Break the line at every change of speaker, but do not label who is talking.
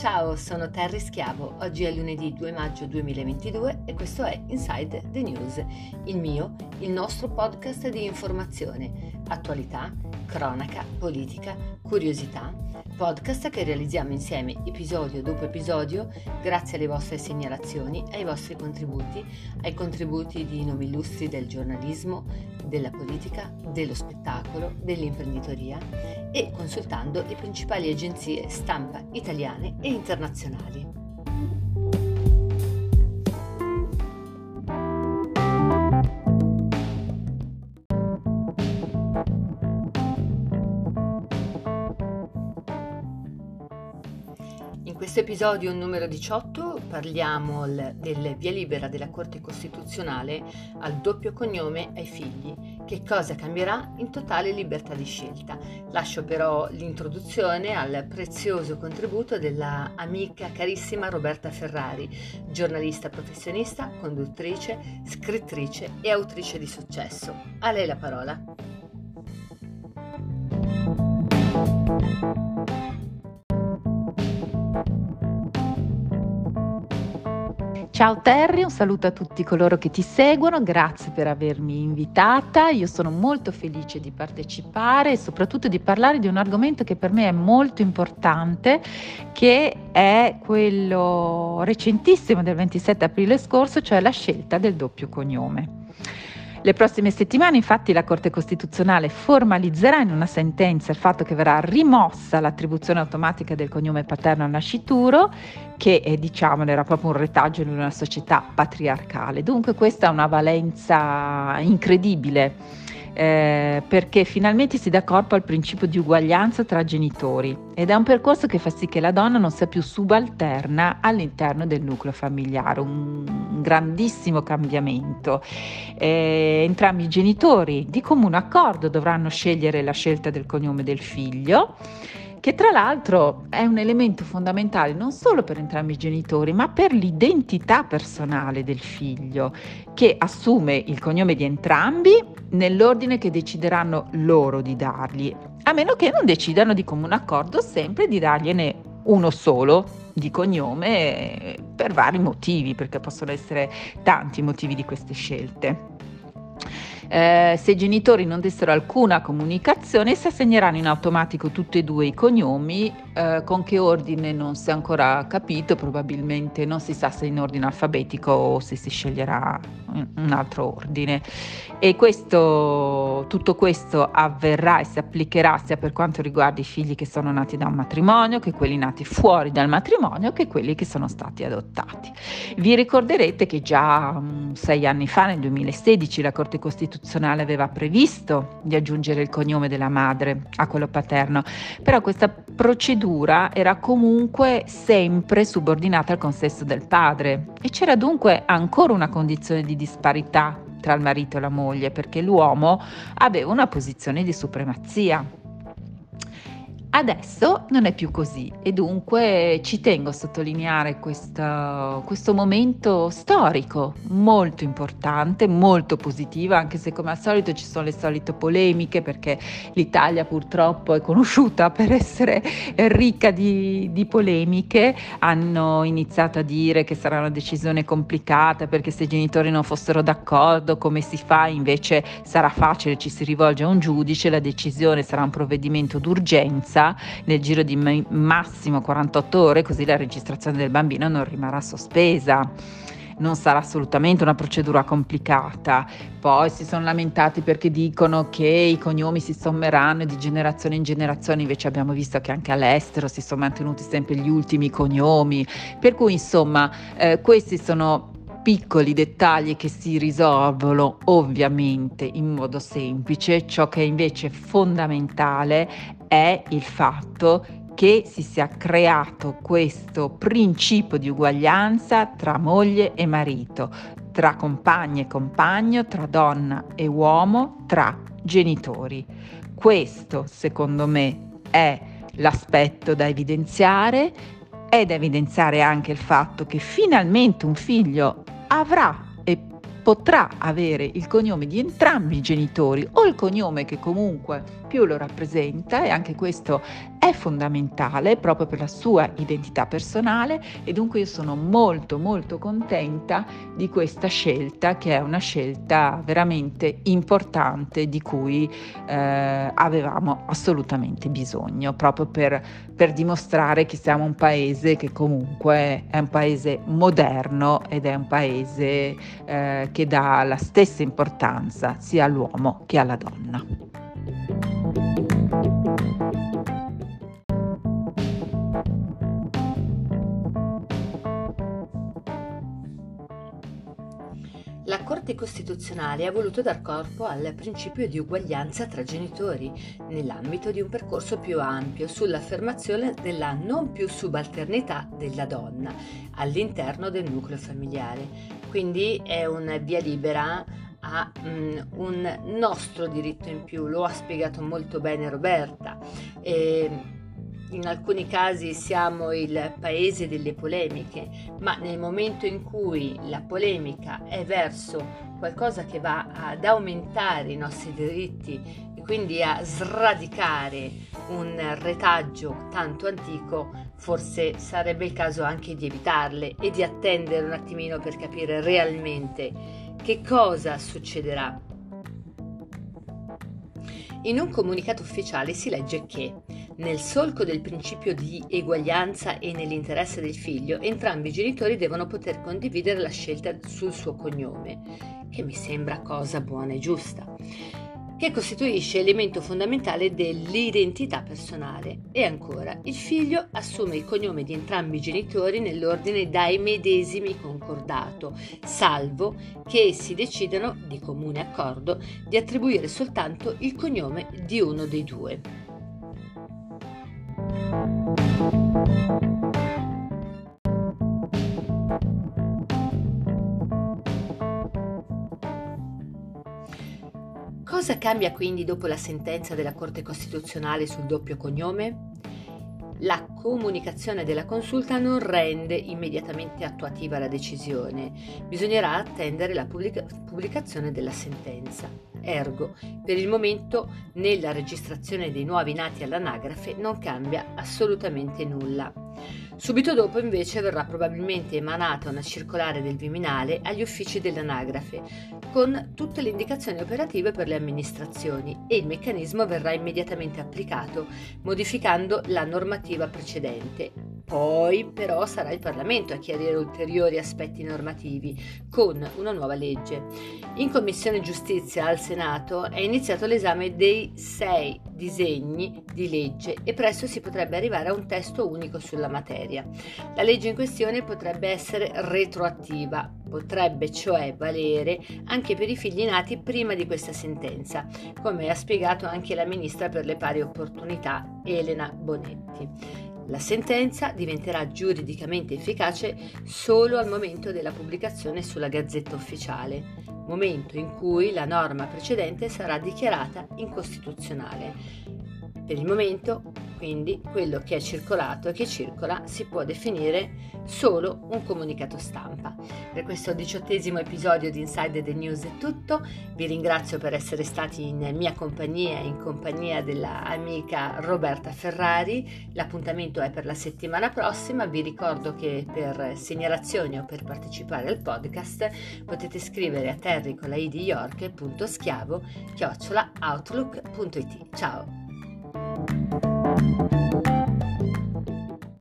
Ciao, sono Terry Schiavo. Oggi è lunedì 2 maggio 2022 e questo è Inside the News, il nostro podcast di informazione, attualità, cronaca, politica, curiosità, podcast che realizziamo insieme episodio dopo episodio grazie alle vostre segnalazioni, ai vostri contributi, ai contributi di nomi illustri del giornalismo, della politica, dello spettacolo, dell'imprenditoria e consultando le principali agenzie stampa italiane e internazionali. In questo episodio numero 18 parliamo del via libera della Corte Costituzionale al doppio cognome ai figli. Che cosa cambierà in totale libertà di scelta? Lascio però l'introduzione al prezioso contributo della amica carissima Roberta Ferrari, giornalista professionista, conduttrice, scrittrice e autrice di successo. A lei la parola.
Ciao Terry, un saluto a tutti coloro che ti seguono, grazie per avermi invitata. Io sono molto felice di partecipare e soprattutto di parlare di un argomento che per me è molto importante, che è quello recentissimo del 27 aprile scorso, cioè la scelta del doppio cognome. Le prossime settimane, infatti, la Corte Costituzionale formalizzerà in una sentenza il fatto che verrà rimossa l'attribuzione automatica del cognome paterno al nascituro, che diciamolo era proprio un retaggio in una società patriarcale. Dunque questa ha una valenza incredibile, perché finalmente si dà corpo al principio di uguaglianza tra genitori ed è un percorso che fa sì che la donna non sia più subalterna all'interno del nucleo familiare, un grandissimo cambiamento. Entrambi i genitori di comune accordo dovranno scegliere la scelta del cognome del figlio, che tra l'altro è un elemento fondamentale non solo per entrambi i genitori, ma per l'identità personale del figlio, che assume il cognome di entrambi nell'ordine che decideranno loro di dargli, a meno che non decidano di comune accordo sempre di dargliene uno solo di cognome per vari motivi, perché possono essere tanti i motivi di queste scelte. Se i genitori non dessero alcuna comunicazione, si assegneranno in automatico tutti e due i cognomi, con che ordine non si è ancora capito, probabilmente non si sa se in ordine alfabetico o se si sceglierà un altro ordine. E tutto questo avverrà e si applicherà sia per quanto riguarda i figli che sono nati da un matrimonio, che quelli nati fuori dal matrimonio, che quelli che sono stati adottati. Vi ricorderete che già 6 anni fa, nel 2016, la Corte Costituzionale aveva previsto di aggiungere il cognome della madre a quello paterno, però questa procedura era comunque sempre subordinata al consenso del padre e c'era dunque ancora una condizione di disparità tra il marito e la moglie, perché l'uomo aveva una posizione di supremazia. Adesso non è più così e dunque ci tengo a sottolineare questo momento storico molto importante, molto positivo, anche se come al solito ci sono le solite polemiche, perché l'Italia purtroppo è conosciuta per essere ricca di polemiche. Hanno iniziato a dire che sarà una decisione complicata perché se i genitori non fossero d'accordo come si fa? Invece sarà facile, ci si rivolge a un giudice, la decisione sarà un provvedimento d'urgenza nel giro di massimo 48 ore, così la registrazione del bambino non rimarrà sospesa. Non sarà assolutamente una procedura complicata. Poi si sono lamentati perché dicono che i cognomi si sommeranno di generazione in generazione, invece abbiamo visto che anche all'estero si sono mantenuti sempre gli ultimi cognomi, per cui insomma questi sono piccoli dettagli che si risolvono ovviamente in modo semplice. Ciò che è invece fondamentale è il fatto che si sia creato questo principio di uguaglianza tra moglie e marito, tra compagna e compagno, tra donna e uomo, tra genitori. Questo, secondo me, è l'aspetto da evidenziare. È da evidenziare anche il fatto che finalmente un figlio avrà e potrà avere il cognome di entrambi i genitori o il cognome che comunque più lo rappresenta, e anche questo è fondamentale proprio per la sua identità personale, e dunque io sono molto molto contenta di questa scelta, che è una scelta veramente importante di cui avevamo assolutamente bisogno, proprio per dimostrare che siamo un paese che comunque è un paese moderno ed è un paese che dà la stessa importanza sia all'uomo che alla donna.
La Corte Costituzionale ha voluto dar corpo al principio di uguaglianza tra genitori nell'ambito di un percorso più ampio sull'affermazione della non più subalternità della donna all'interno del nucleo familiare. Quindi è un via libera a un nostro diritto in più, lo ha spiegato molto bene Roberta. In alcuni casi siamo il paese delle polemiche, ma nel momento in cui la polemica è verso qualcosa che va ad aumentare i nostri diritti e quindi a sradicare un retaggio tanto antico, forse sarebbe il caso anche di evitarle e di attendere un attimino per capire realmente che cosa succederà. In un comunicato ufficiale si legge che, nel solco del principio di eguaglianza e nell'interesse del figlio, entrambi i genitori devono poter condividere la scelta sul suo cognome, che mi sembra cosa buona e giusta, che costituisce elemento fondamentale dell'identità personale. E ancora, il figlio assume il cognome di entrambi i genitori nell'ordine dai medesimi concordato, salvo che essi decidano, di comune accordo, di attribuire soltanto il cognome di uno dei due. Cosa cambia quindi dopo la sentenza della Corte Costituzionale sul doppio cognome? La comunicazione della consulta non rende immediatamente attuativa la decisione, bisognerà attendere la pubblicazione della sentenza. Ergo, per il momento, nella registrazione dei nuovi nati all'anagrafe non cambia assolutamente nulla. Subito dopo invece verrà probabilmente emanata una circolare del Viminale agli uffici dell'anagrafe con tutte le indicazioni operative per le amministrazioni, e il meccanismo verrà immediatamente applicato modificando la normativa precedente. Poi però sarà il Parlamento a chiarire ulteriori aspetti normativi con una nuova legge. In Commissione Giustizia al Senato è iniziato l'esame dei 6 disegni di legge e presto si potrebbe arrivare a un testo unico sulla materia. La legge in questione potrebbe essere retroattiva, potrebbe cioè valere anche per i figli nati prima di questa sentenza, come ha spiegato anche la ministra per le pari opportunità Elena Bonetti. La sentenza diventerà giuridicamente efficace solo al momento della pubblicazione sulla Gazzetta Ufficiale, momento in cui la norma precedente sarà dichiarata incostituzionale. Per il momento, quindi, quello che è circolato e che circola si può definire solo un comunicato stampa. Per questo 18° episodio di Inside the News è tutto. Vi ringrazio per essere stati in mia compagnia e in compagnia dell'amica Roberta Ferrari. L'appuntamento è per la settimana prossima. Vi ricordo che per segnalazioni o per partecipare al podcast potete scrivere a Terry con la I di York @outlook.it. Ciao!